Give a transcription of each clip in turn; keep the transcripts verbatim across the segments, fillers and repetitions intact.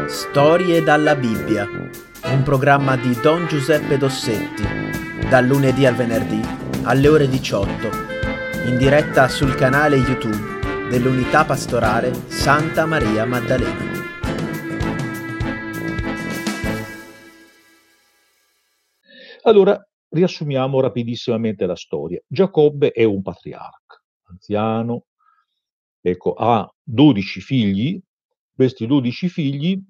Storie dalla Bibbia, un programma di Don Giuseppe Dossetti, dal lunedì al venerdì alle ore diciotto, in diretta sul canale YouTube dell'Unità Pastorale Santa Maria Maddalena. Allora, riassumiamo rapidissimamente la storia. Giacobbe è un patriarca, anziano, ecco, ha dodici figli. Questi dodici figli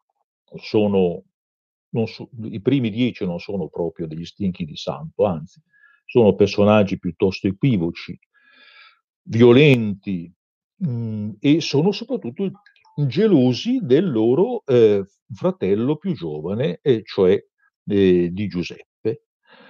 sono, non so, i primi dieci non sono proprio degli stinchi di santo, anzi, sono personaggi piuttosto equivoci, violenti, mh, e sono soprattutto gelosi del loro eh, fratello più giovane, eh, cioè eh, di Giuseppe.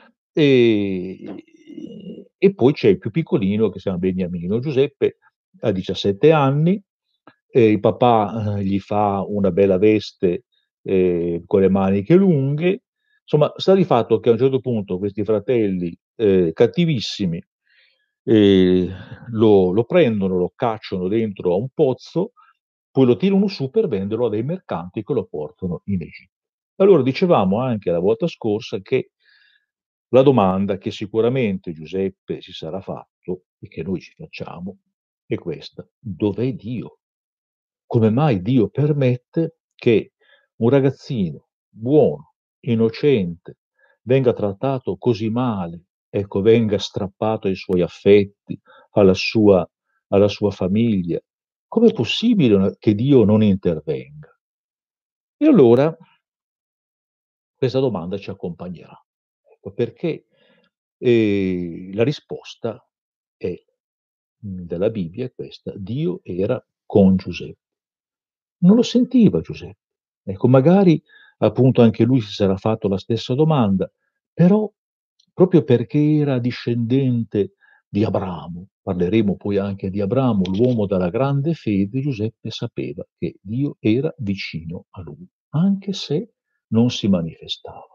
E, e poi c'è il più piccolino che si chiama Beniamino. Giuseppe ha diciassette anni, eh, il papà eh, gli fa una bella veste eh, con le maniche lunghe. Insomma, sta di fatto che a un certo punto questi fratelli eh, cattivissimi eh, lo, lo prendono, lo cacciano dentro a un pozzo, poi lo tirano su per venderlo a dei mercanti che lo portano in Egitto. Allora, dicevamo anche la volta scorsa che la domanda che sicuramente Giuseppe si sarà fatto e che noi ci facciamo è questa: dov'è Dio? Come mai Dio permette che un ragazzino buono, innocente, venga trattato così male, ecco, venga strappato ai suoi affetti, alla sua, alla sua famiglia? Com'è possibile che Dio non intervenga? E allora questa domanda ci accompagnerà. Ecco, perché eh, la risposta è, mh, della Bibbia è questa: Dio era con Giuseppe. Non lo sentiva Giuseppe. Ecco, magari appunto anche lui si sarà fatto la stessa domanda, però proprio perché era discendente di Abramo, parleremo poi anche di Abramo, l'uomo dalla grande fede, Giuseppe sapeva che Dio era vicino a lui, anche se non si manifestava.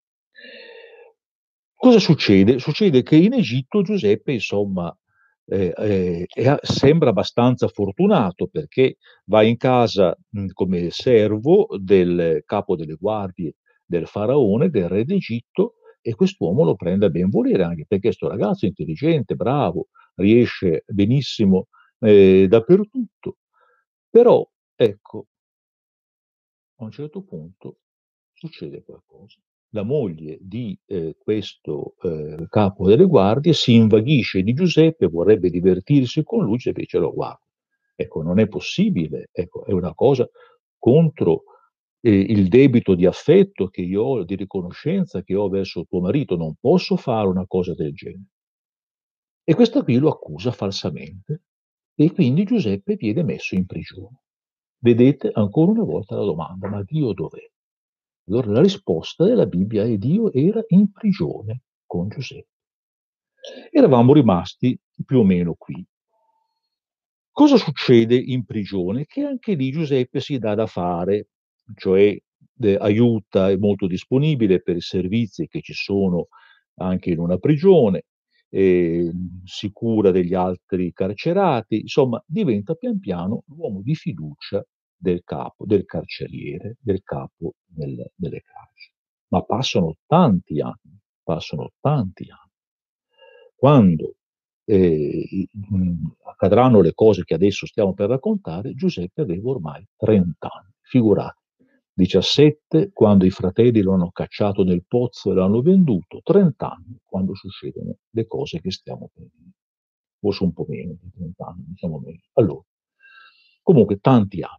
Cosa succede? Succede che in Egitto Giuseppe, insomma, eh, eh, è- sembra abbastanza fortunato, perché va in casa mh, come servo del capo delle guardie del faraone, del re d'Egitto, e quest'uomo lo prende a ben volere, anche perché questo ragazzo è intelligente, bravo, riesce benissimo eh, dappertutto. Però, ecco, a un certo punto succede qualcosa. La moglie di eh, questo eh, capo delle guardie si invaghisce di Giuseppe, vorrebbe divertirsi con lui, e invece lo guarda. Ecco, non è possibile, ecco, è una cosa contro eh, il debito di affetto che io ho, di riconoscenza che ho verso tuo marito, non posso fare una cosa del genere. E questa qui lo accusa falsamente e quindi Giuseppe viene messo in prigione. Vedete ancora una volta la domanda: ma Dio dov'è? Allora la risposta della Bibbia è: Dio era in prigione con Giuseppe. Eravamo rimasti più o meno qui. Cosa succede in prigione? Che anche lì Giuseppe si dà da fare, cioè eh, aiuta, è molto disponibile per i servizi che ci sono anche in una prigione, eh, si cura degli altri carcerati, insomma diventa pian piano l'uomo di fiducia del capo, del carceriere, del capo del- delle carceri. Ma passano tanti anni, passano tanti anni. Quando eh, mh, accadranno le cose che adesso stiamo per raccontare, Giuseppe aveva ormai trenta anni. Figurati, diciassette quando i fratelli lo hanno cacciato nel pozzo e l'hanno venduto, trenta anni quando succedono le cose che stiamo per dire. Forse un po' meno di trenta anni, diciamo meno. Allora, comunque tanti anni.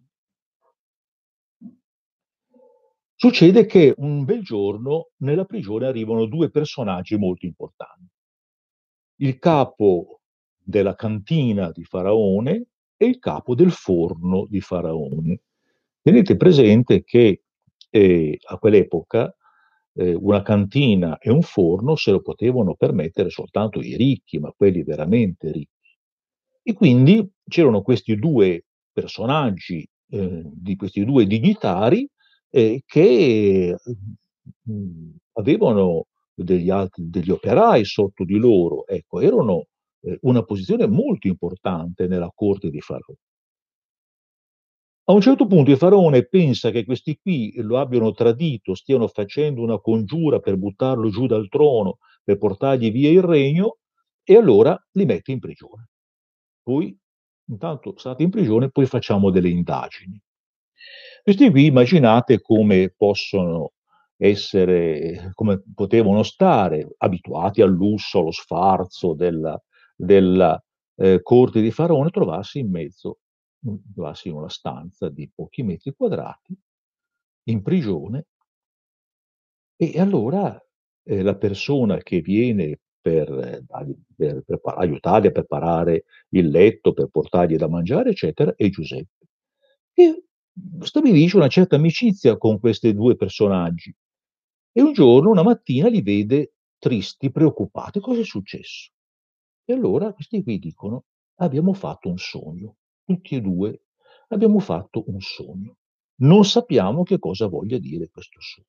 Succede che un bel giorno nella prigione arrivano due personaggi molto importanti: il capo della cantina di Faraone e il capo del forno di Faraone. Tenete presente che eh, a quell'epoca eh, una cantina e un forno se lo potevano permettere soltanto i ricchi, ma quelli veramente ricchi. E quindi c'erano questi due personaggi, eh, di questi due dignitari eh, che mh, avevano degli, altri, degli operai sotto di loro, ecco, erano eh, una posizione molto importante nella corte di Faraone. A un certo punto il faraone pensa che questi qui lo abbiano tradito, stiano facendo una congiura per buttarlo giù dal trono, per portargli via il regno, e allora li mette in prigione. Poi, intanto state in prigione, poi facciamo delle indagini. Questi qui immaginate come possono essere, come potevano stare, abituati al lusso, allo sfarzo della, della eh, corte di Faraone, trovarsi in mezzo, trovarsi in una stanza di pochi metri quadrati, in prigione, e allora eh, la persona che viene per, eh, per, per aiutarli a preparare il letto, per portargli da mangiare, eccetera, è Giuseppe. E stabilisce una certa amicizia con questi due personaggi. E un giorno, una mattina, li vede tristi, preoccupati. Cosa è successo? E allora questi qui dicono: abbiamo fatto un sogno, tutti e due abbiamo fatto un sogno. Non sappiamo che cosa voglia dire questo sogno.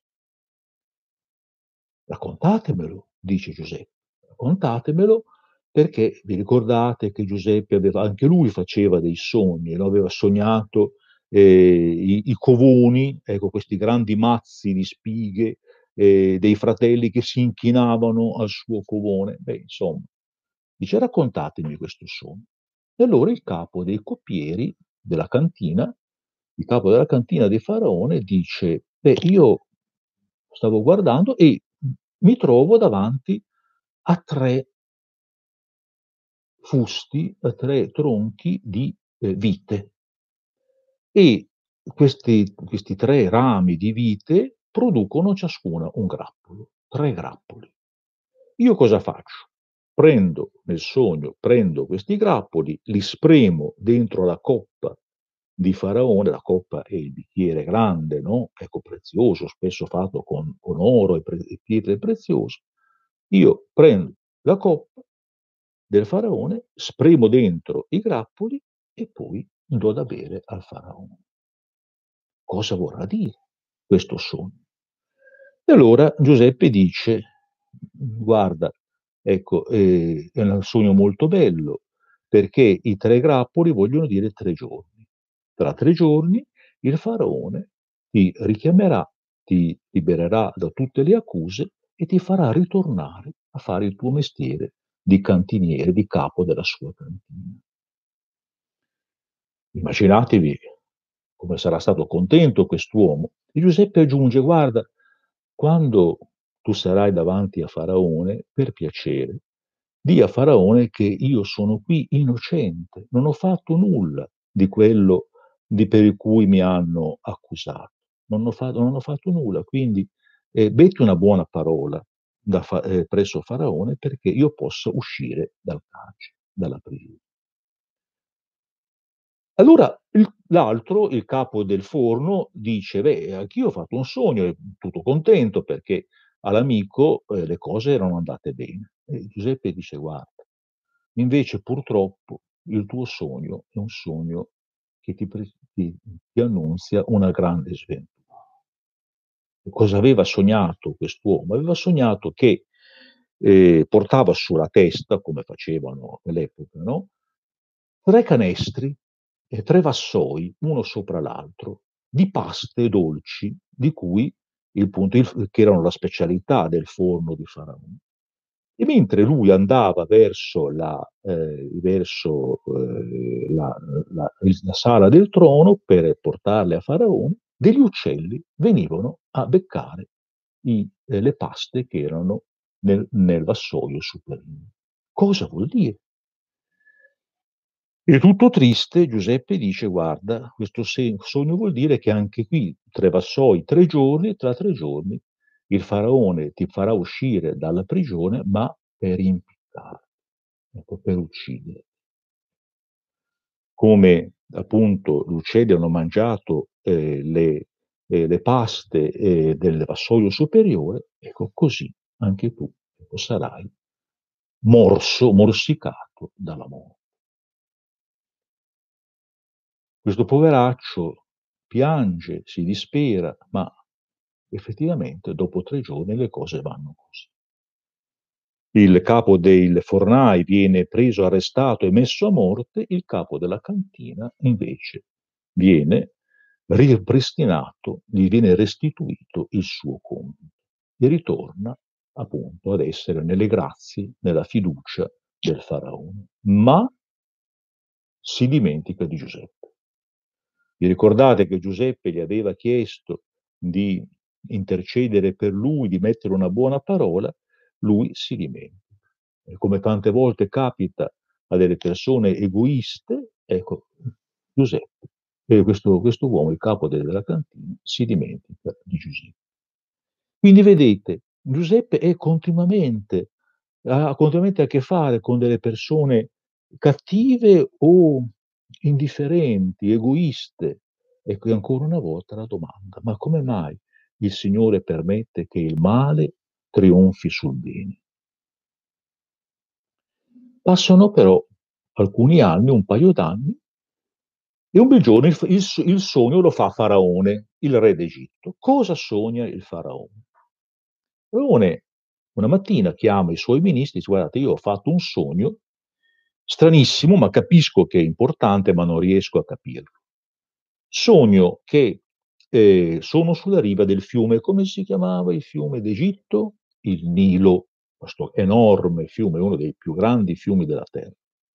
Raccontatemelo, dice Giuseppe, raccontatemelo, perché vi ricordate che Giuseppe aveva, anche lui faceva dei sogni, no? Aveva sognato eh, i, i covoni, ecco, questi grandi mazzi di spighe, eh, dei fratelli che si inchinavano al suo covone. Beh, insomma, dice: raccontatemi questo sogno. E allora il capo dei coppieri della cantina, il capo della cantina di Faraone, dice: beh, io stavo guardando e mi trovo davanti a tre fusti, a tre tronchi di eh, vite, e questi, questi tre rami di vite producono ciascuna un grappolo, tre grappoli. Io cosa faccio? Prendo nel sogno, prendo questi grappoli, li spremo dentro la coppa di Faraone. La coppa è il bicchiere grande, no? Ecco, prezioso, spesso fatto con, con oro e, pre- e pietre preziose. Io prendo la coppa del Faraone, spremo dentro i grappoli e poi do da bere al Faraone. Cosa vorrà dire questo sogno? E allora Giuseppe dice: guarda, ecco, eh, è un sogno molto bello, perché i tre grappoli vogliono dire tre giorni. Tra tre giorni il faraone ti richiamerà, ti libererà da tutte le accuse e ti farà ritornare a fare il tuo mestiere di cantiniere, di capo della sua cantina. Immaginatevi come sarà stato contento quest'uomo. E Giuseppe aggiunge: guarda, quando tu sarai davanti a Faraone, per piacere, di a Faraone che io sono qui innocente, non ho fatto nulla di quello di per cui mi hanno accusato. Non ho fatto, non ho fatto nulla, quindi eh, metti una buona parola da fa- eh, presso Faraone perché io possa uscire dal carcere, dalla prigione. Allora il- l'altro, il capo del forno, dice: beh, anch'io ho fatto un sogno, e tutto contento perché all'amico eh, le cose erano andate bene. E Giuseppe dice: guarda, invece purtroppo il tuo sogno è un sogno che ti, pre- ti- ti annunzia una grande sventura. Cosa aveva sognato quest'uomo? Aveva sognato che eh, portava sulla testa, come facevano all'epoca, no? Tre canestri e tre vassoi, uno sopra l'altro, di paste dolci, di cui il punto, il- che erano la specialità del forno di Faraone. E mentre lui andava verso la, eh, verso, eh, la, la- la sala del trono per portarle a Faraone, degli uccelli venivano a beccare i- eh, le paste che erano nel, nel vassoio superiore. Cosa vuol dire? E tutto triste, Giuseppe dice: guarda, questo se- sogno vuol dire che anche qui, tre vassoi, tre giorni, tra tre giorni, il faraone ti farà uscire dalla prigione, ma per impiccarti, ecco, per uccidere. Come appunto gli uccelli hanno mangiato eh, le, eh, le paste eh, del vassoio superiore, ecco così anche tu ecco, sarai morso, morsicato dalla morte. Questo poveraccio piange, si dispera, ma effettivamente dopo tre giorni le cose vanno così. Il capo dei fornai viene preso, arrestato e messo a morte, il capo della cantina invece viene ripristinato, gli viene restituito il suo compito e ritorna appunto ad essere nelle grazie, nella fiducia del faraone, ma si dimentica di Giuseppe. Vi ricordate che Giuseppe gli aveva chiesto di intercedere per lui, di mettere una buona parola? Lui si dimentica. E come tante volte capita a delle persone egoiste, ecco, Giuseppe, eh, questo, questo uomo, il capo della cantina, si dimentica di Giuseppe. Quindi vedete, Giuseppe è continuamente, ha continuamente a che fare con delle persone cattive o indifferenti, egoiste. E qui ancora una volta la domanda, ma come mai il Signore permette che il male trionfi sul bene? Passano però alcuni anni, un paio d'anni, e un bel giorno il, il, il sogno lo fa Faraone, il re d'Egitto. Cosa sogna il Faraone? Faraone una mattina chiama i suoi ministri e dice: guardate, io ho fatto un sogno stranissimo, ma capisco che è importante, ma non riesco a capirlo. Sogno che eh, sono sulla riva del fiume. Come si chiamava il fiume d'Egitto? Il Nilo, questo enorme fiume, uno dei più grandi fiumi della terra.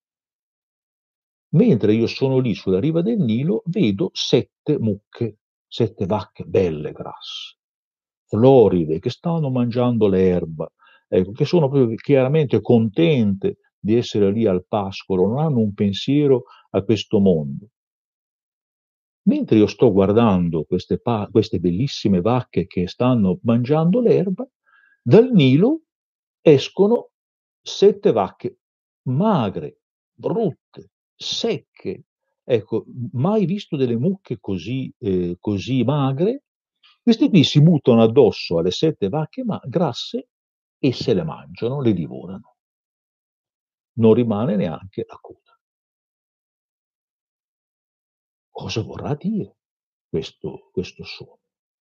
Mentre io sono lì sulla riva del Nilo, vedo sette mucche, sette vacche belle, grasse, floride, che stanno mangiando l'erba, ecco, che sono proprio chiaramente contente di essere lì al pascolo, non hanno un pensiero a questo mondo. Mentre io sto guardando queste, pa- queste bellissime vacche che stanno mangiando l'erba, dal Nilo escono sette vacche magre, brutte, secche. Ecco, mai visto delle mucche così, eh, così magre. Questi qui si buttano addosso alle sette vacche ma- grasse e se le mangiano, le divorano. Non rimane neanche la coda. Cosa vorrà dire questo, questo sogno?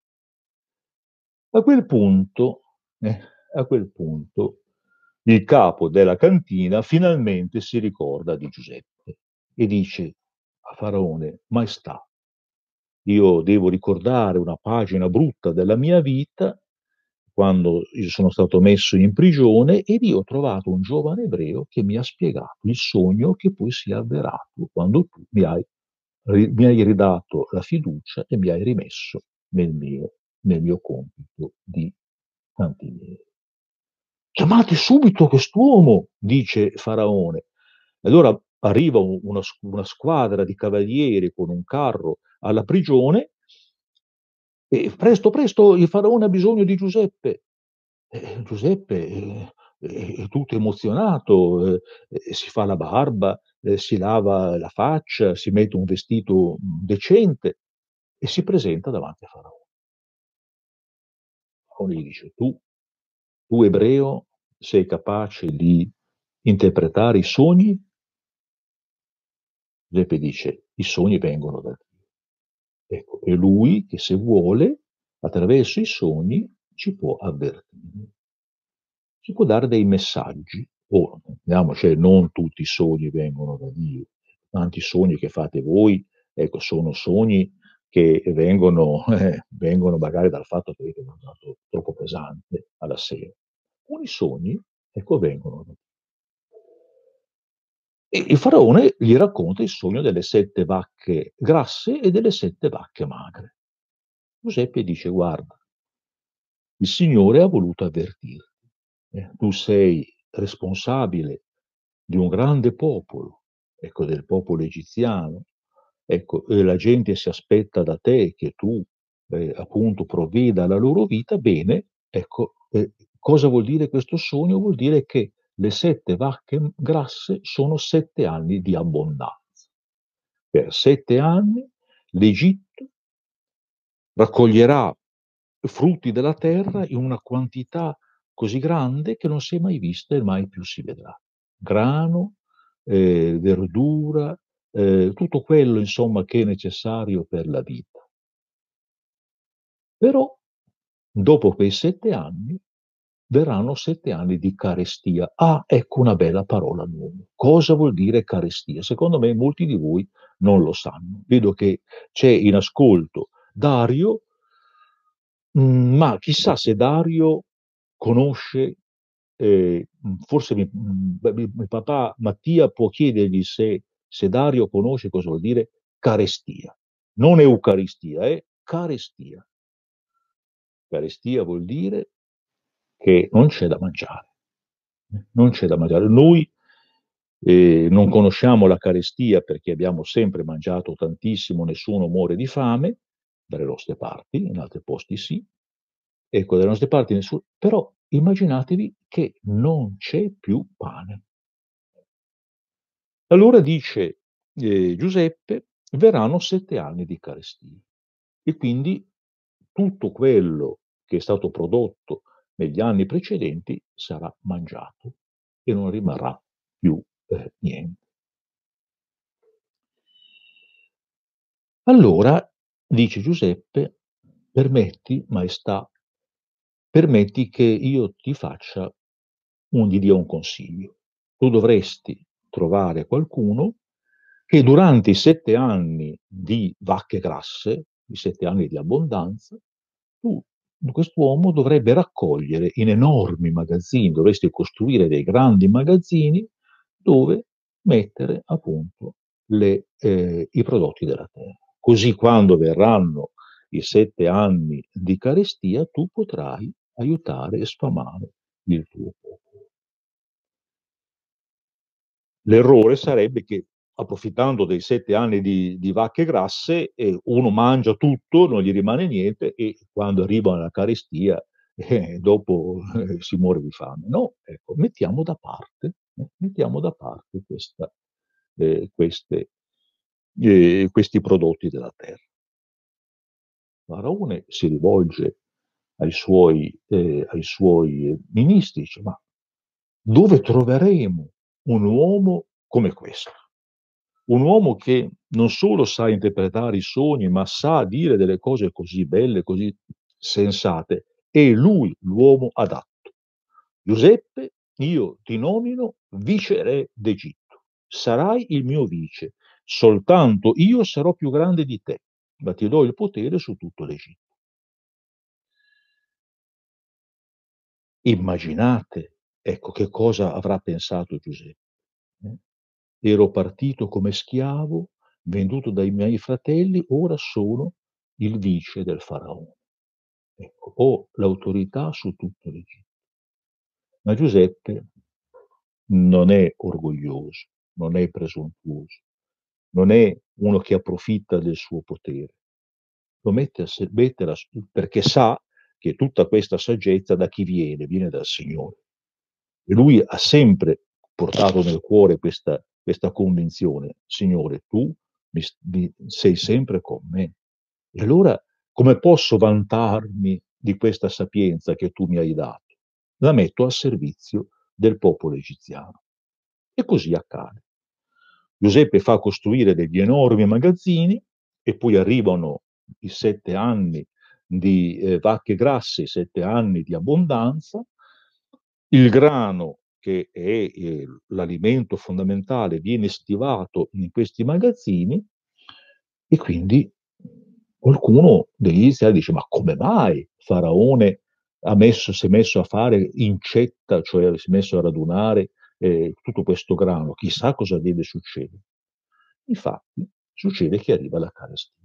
A quel punto, eh, a quel punto, il capo della cantina finalmente si ricorda di Giuseppe e dice a Faraone: Maestà, io devo ricordare una pagina brutta della mia vita quando io sono stato messo in prigione ed io ho trovato un giovane ebreo che mi ha spiegato il sogno che poi si è avverato quando tu mi hai, mi hai ridato la fiducia e mi hai rimesso nel mio, nel mio compito di cantiniere. Chiamate subito quest'uomo, dice Faraone. E allora arriva una, una squadra di cavalieri con un carro alla prigione e presto, presto, il Faraone ha bisogno di Giuseppe. E Giuseppe eh, è, è tutto emozionato, eh, eh, si fa la barba, eh, si lava la faccia, si mette un vestito decente e si presenta davanti a Faraone. Faraone gli dice: Tu, tu ebreo, sei capace di interpretare i sogni? Giuseppe dice: I sogni vengono da Dio. Ecco, è lui che se vuole, attraverso i sogni, ci può avvertire. Ci può dare dei messaggi. Oh, andiamo, cioè, non tutti i sogni vengono da Dio. Tanti sogni che fate voi, ecco, sono sogni che vengono, eh, vengono magari dal fatto che avete mangiato troppo pesante alla sera. Alcuni sogni, ecco, vengono da Dio. E il faraone gli racconta il sogno delle sette vacche grasse e delle sette vacche magre. Giuseppe dice: guarda, il Signore ha voluto avvertirti. Eh, tu sei responsabile di un grande popolo, ecco, del popolo egiziano. Ecco, e la gente si aspetta da te che tu eh, appunto provveda la loro vita. Bene, ecco, eh, cosa vuol dire questo sogno? Vuol dire che le sette vacche grasse sono sette anni di abbondanza. Per sette anni l'Egitto raccoglierà frutti della terra in una quantità così grande che non si è mai vista e mai più si vedrà. Grano, eh, verdura, eh, tutto quello insomma che è necessario per la vita. Però dopo quei sette anni verranno sette anni di carestia. Ah, ecco una bella parola nuova. Cosa vuol dire carestia? Secondo me molti di voi non lo sanno. Vedo che c'è in ascolto Dario, mh, ma chissà se Dario conosce, eh, forse mi, mh, mi- mi- papà Mattia può chiedergli se, se Dario conosce cosa vuol dire carestia. Non Eucaristia, è carestia. Carestia vuol dire che non c'è da mangiare. Non c'è da mangiare. Noi eh, non conosciamo la carestia perché abbiamo sempre mangiato tantissimo, nessuno muore di fame, dalle nostre parti, in altri posti sì. Ecco, dalle nostre parti nessuno. Però immaginatevi che non c'è più pane. Allora dice eh, Giuseppe, verranno sette anni di carestia. E quindi tutto quello che è stato prodotto negli anni precedenti sarà mangiato e non rimarrà più eh, niente. Allora, dice Giuseppe, permetti, maestà, permetti che io ti faccia un, gli dia un consiglio. Tu dovresti trovare qualcuno che durante i sette anni di vacche grasse, i sette anni di abbondanza, tu, quest'uomo dovrebbe raccogliere in enormi magazzini, dovresti costruire dei grandi magazzini dove mettere appunto le, eh, i prodotti della terra. Così quando verranno i sette anni di carestia, tu potrai aiutare e sfamare il tuo popolo. L'errore sarebbe che, approfittando dei sette anni di, di vacche grasse, eh, uno mangia tutto, non gli rimane niente e quando arriva la carestia, eh, dopo eh, si muore di fame. No, ecco, mettiamo da parte, eh, mettiamo da parte questa, eh, queste, eh, questi prodotti della terra. Faraone si rivolge ai suoi, eh, ai suoi ministri, dice, ma dove troveremo un uomo come questo? Un uomo che non solo sa interpretare i sogni, ma sa dire delle cose così belle, così sensate. È lui l'uomo adatto. Giuseppe, io ti nomino viceré d'Egitto. Sarai il mio vice. Soltanto io sarò più grande di te, ma ti do il potere su tutto l'Egitto. Immaginate, ecco che cosa avrà pensato Giuseppe. Eh? Ero partito come schiavo, venduto dai miei fratelli, ora sono il vice del faraone. Ecco, ho l'autorità su tutto l'Egitto. Ma Giuseppe non è orgoglioso, non è presuntuoso, non è uno che approfitta del suo potere. Lo mette a se- mette la- perché sa che tutta questa saggezza da chi viene? Viene dal Signore. E lui ha sempre portato nel cuore questa, questa convinzione, Signore, tu mi, mi, sei sempre con me. E allora come posso vantarmi di questa sapienza che tu mi hai dato? La metto a servizio del popolo egiziano. E così accade. Giuseppe fa costruire degli enormi magazzini e poi arrivano i sette anni di eh, vacche grasse, i sette anni di abbondanza, il grano, che è eh, l'alimento fondamentale, viene stivato in questi magazzini e quindi qualcuno degli iniziali dice: ma come mai Faraone ha messo, si è messo a fare incetta, cioè si è messo a radunare eh, tutto questo grano? Chissà cosa deve succedere. Infatti, succede che arriva la carestia.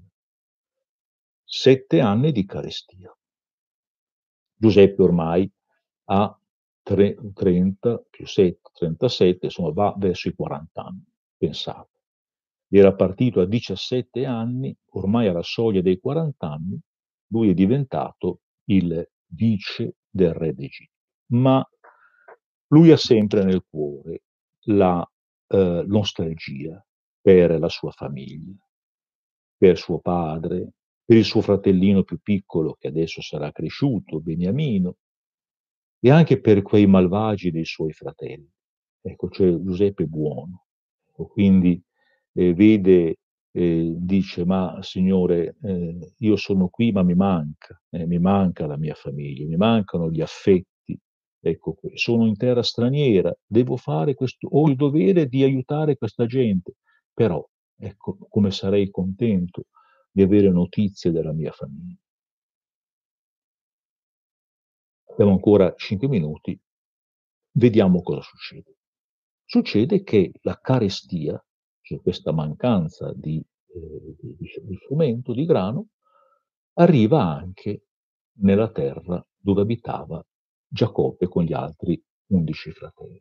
Sette anni di carestia. Giuseppe ormai ha trenta più sette, trentasette, insomma va verso i quaranta anni, pensate. Era partito a diciassette anni, ormai alla soglia dei quaranta anni, lui è diventato il vice del re d'Egitto. Ma lui ha sempre nel cuore la eh, nostalgia per la sua famiglia, per suo padre, per il suo fratellino più piccolo che adesso sarà cresciuto, Beniamino, e anche per quei malvagi dei suoi fratelli. Ecco, cioè Giuseppe è buono, quindi eh, vede, eh, dice, ma Signore, eh, io sono qui ma mi manca, eh, mi manca la mia famiglia, mi mancano gli affetti, ecco, sono in terra straniera, devo fare questo, ho il dovere di aiutare questa gente, però Ecco, come sarei contento di avere notizie della mia famiglia. Abbiamo ancora cinque minuti, vediamo cosa succede. Succede che la carestia, cioè questa mancanza di, ehm, di di di frumento, di grano, arriva anche nella terra dove abitava Giacobbe con gli altri undici fratelli.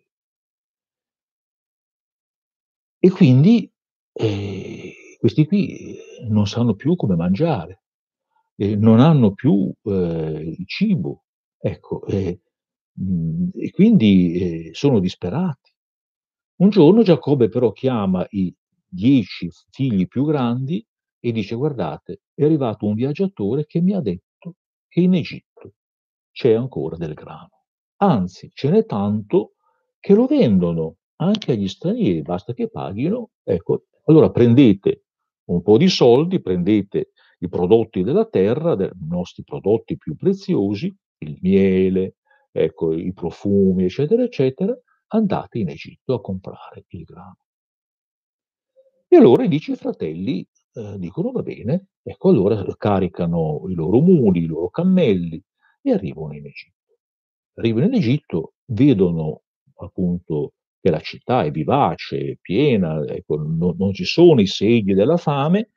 E quindi, ehm, questi qui, ehm, non sanno più come mangiare, e non hanno più, ehm, il cibo, ecco, e mhmm, e quindi, ehm, sono disperati. Un giorno Giacobbe però chiama i dieci f figli più grandi e dice: "Guardate, è arrivato un viaggiatore che mi ha detto che in Egitto c'è ancora del grano. Anzi, ce n'è tanto che lo vendono anche agli stranieri, basta che paghino. Ecco, allora prendete un po' di soldi, prendete i prodotti della terra, de nostri prodotti più preziosi, il miele, ecco, i profumi, eccetera, eccetera, andate in Egitto a comprare il grano." E allora i dieci fratelli, ehm, dicono: "Va bene." Ecco, allora caricano i loro muli, i loro cammelli e arrivano in Egitto. Arrivano in Egitto, vedono appunto che la città è vivace, è piena, ecco, no non ci sono i segni della fame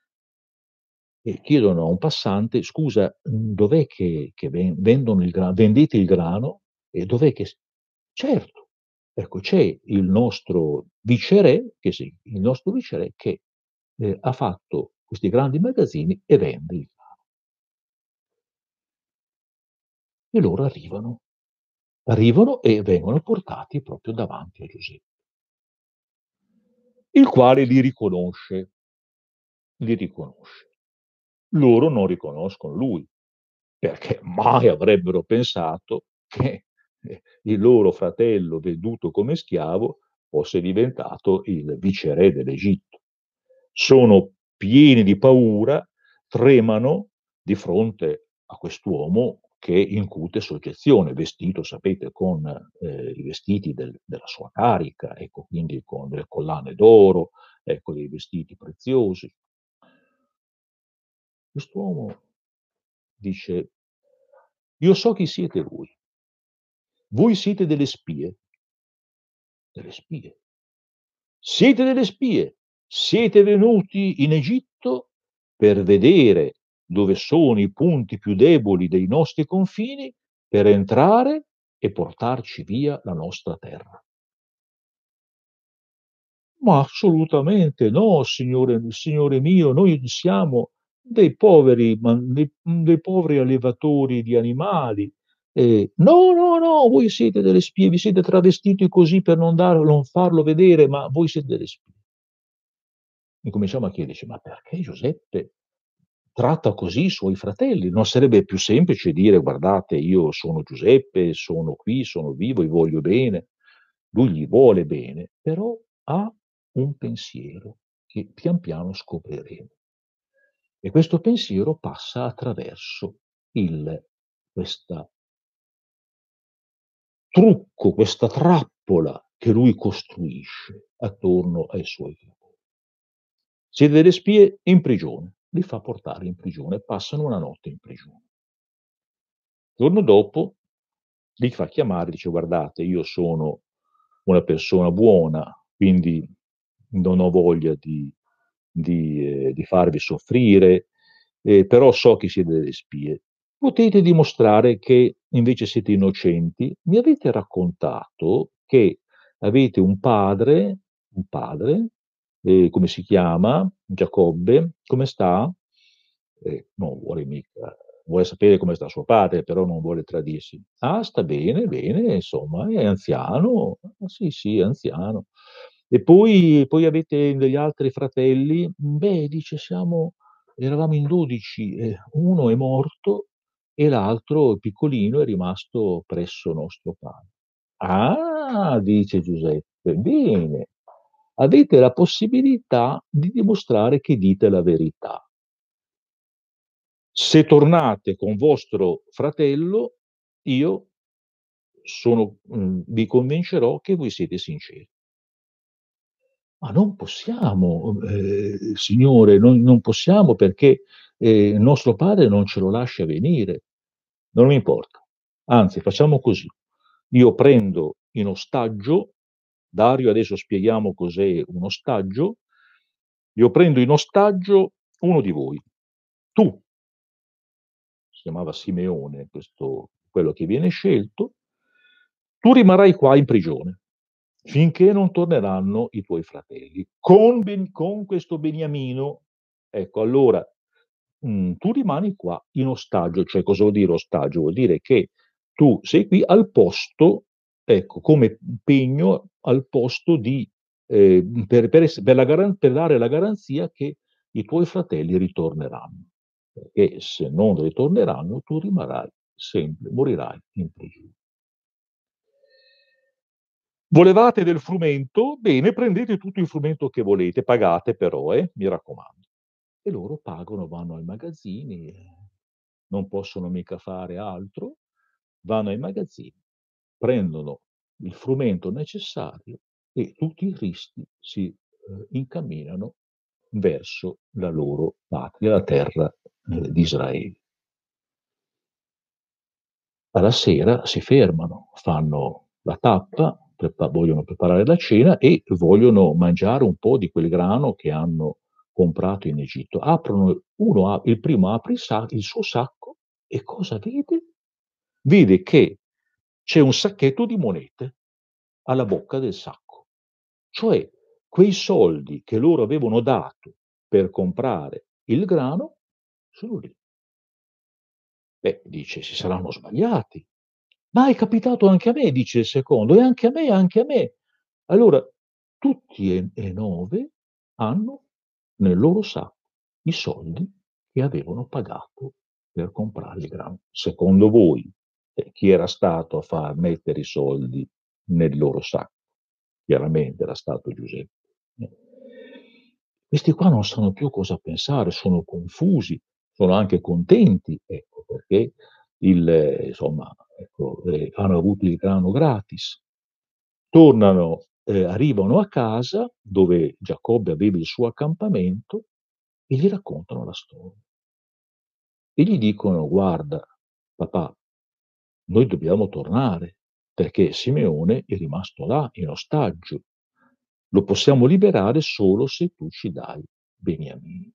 e chiedono a un passante: "Scusa, mhmm, dov'è che che ven vendono il gra vendete il grano? E dov'è che s" "Certo, ecco c'è il nostro viceré che sì, il nostro viceré che, ehm, ha fatto questi grandi magazzini e vende il grano." E loro arrivano. Arrivano e vengono portati proprio davanti a Giuseppe, il quale li riconosce, li riconosce. Loro non riconoscono lui, perché mai avrebbero pensato che, ehm, il loro fratello venduto come schiavo fosse diventato il viceré dell'Egitto. Sono pieni di paura, tremano di fronte a quest'uomo che incute soggezione, vestito sapete con, ehm, i vestiti del della sua carica, ecco, quindi con delle collane d'oro, ecco, dei vestiti preziosi. Quest'uomo dice: "Io so chi siete voi. Voi siete delle spie." "Delle spie?" "Siete delle spie. Siete venuti in Egitto per vedere dove sono i punti più deboli dei nostri confini, per entrare e portarci via la nostra terra." "Ma assolutamente no, signore signore mio, noi siamo dei poveri man dei mhmm, dei poveri allevatori di animali, e" "No, no, no, voi siete delle spie, vi siete travestiti così per non dar non farlo vedere, ma voi siete delle spie." Incominciamo a chiederci: "Ma perché Giuseppe tratta così i suoi fratelli? Non sarebbe più semplice dire: "Guardate, io sono Giuseppe, sono qui, sono vivo, vi voglio bene." Lui gli vuole bene, però ha un pensiero che pian piano scopriremo. E questo pensiero passa attraverso il questa trucco, questa trappola che lui costruisce attorno ai suoi fratelli. Siete delle spie, in prigione. Li fa portare in prigione, passano una notte in prigione. Il giorno dopo li fa chiamare, dice: "Guardate, io sono una persona buona, quindi non ho voglia di di ehm, di farvi soffrire, ehm, però so che siete delle spie. Potete dimostrare che invece siete innocenti? Mi avete raccontato che avete un padre un padre, ehm, come si chiama? Giacobbe. Come sta?" E non vuole mica vuole sapere come sta suo padre, però non vuole tradirsi. "Ah, sta bene, bene, insomma, è anziano." "Ah, sì, sì, è anziano." "E poi poi avete degli altri fratelli?" "Beh," dice, "siamo eravamo in dodici, e uno è morto e l'altro, piccolino, è rimasto presso nostro padre." "Ah!" dice Giuseppe, "bene, avete la possibilità di dimostrare che dite la verità. Se tornate con vostro fratello, io sono mhmm, vi convincerò che voi siete sinceri." Ma non possiamo, ehm, signore, noi non possiamo perché, ehm, nostro padre non ce lo lascia venire. Non mi importa. Anzi, facciamo così: io prendo in ostaggio Dario, adesso spieghiamo cos'è un ostaggio. Io prendo in ostaggio uno di voi. Tu, si chiamava Simeone questo quello che viene scelto, tu rimarrai qua in prigione finché non torneranno i tuoi fratelli. Con Ben con questo Beniamino, ecco, allora, mhmm, tu rimani qua in ostaggio. Cioè, cosa vuol dire ostaggio? Vuol dire che tu sei qui al posto, ecco, come pegno al posto di ehm, per per ess per la garan per dare la garanzia che i tuoi fratelli ritorneranno. Perché se non ritorneranno tu rimarrai sempre morirai in prigione. Volevate del frumento? Bene, prendete tutto il frumento che volete, pagate però, eh, mi raccomando. E loro pagano, vanno ai magazzini, eh, non possono mica fare altro, vanno ai magazzini, prendono il frumento necessario e tutti i cristi si, ehm, incamminano verso la loro patria, la terra, ehm, di Israele. Alla sera si fermano, fanno la tappa, prepa vogliono preparare la cena e vogliono mangiare un po' di quel grano che hanno comprato in Egitto. Aprono uno a il primo apre il sa il suo sacco e cosa vede? Vede che c'è un sacchetto di monete alla bocca del sacco. Cioè, quei soldi che loro avevano dato per comprare il grano sono lì. Beh, dice: "Si saranno sbagliati". "Ma è capitato anche a me", dice il secondo, "e anche a me, anche a me". Allora tutti e e nove hanno nel loro sacco i soldi che avevano pagato per comprare il grano. Secondo voi, ehm, chi era stato a far mettere i soldi nel loro sacco? Chiaramente era stato Giuseppe. Eh. Questi qua non sanno più cosa pensare, sono confusi, sono anche contenti, ecco, perché il insomma, ecco, ehm, hanno avuto il grano gratis. Tornano ehm, arrivano a casa dove Giacobbe aveva il suo accampamento e gli raccontano la storia. E gli dicono: "Guarda papà, noi dobbiamo tornare perché Simeone è rimasto là in ostaggio. Lo possiamo liberare solo se tu ci dai Beniamino".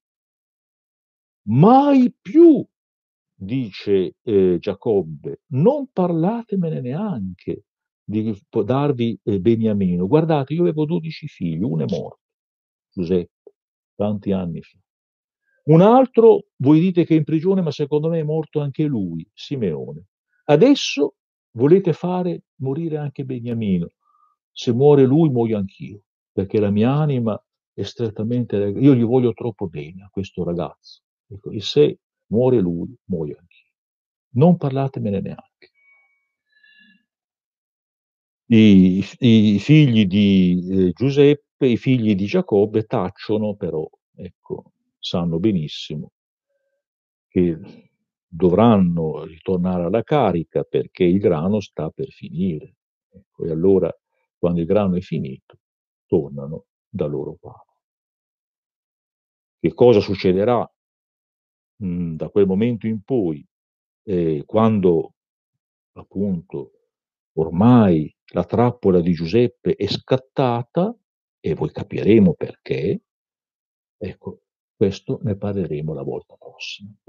"Mai più", dice, ehm, Giacobbe, "non parlatemene neanche di f darvi, ehm, Beniamino. Guardate, io avevo dodici figli, uno è morto, Giuseppe, tanti anni fa. Un altro voi dite che è in prigione, ma secondo me è morto anche lui, Simeone. Adesso volete fare morire anche Beniamino. Se muore lui muoio anch'io, perché la mia anima è strettamente leg io gli voglio troppo bene a questo ragazzo. Ecco, e se muore lui, muoio anch'io. Non parlatemene neanche". I f i figli di, ehm, Giuseppe, i figli di Giacobbe tacciono, però ecco, sanno benissimo che dovranno ritornare alla carica perché il grano sta per finire. Ecco, e allora quando il grano è finito tornano da loro padre. Che cosa succederà, mhmm, da quel momento in poi, ehm, quando appunto ormai la trappola di Giuseppe è scattata e poi capiremo perché, ecco, questo ne parleremo la volta prossima.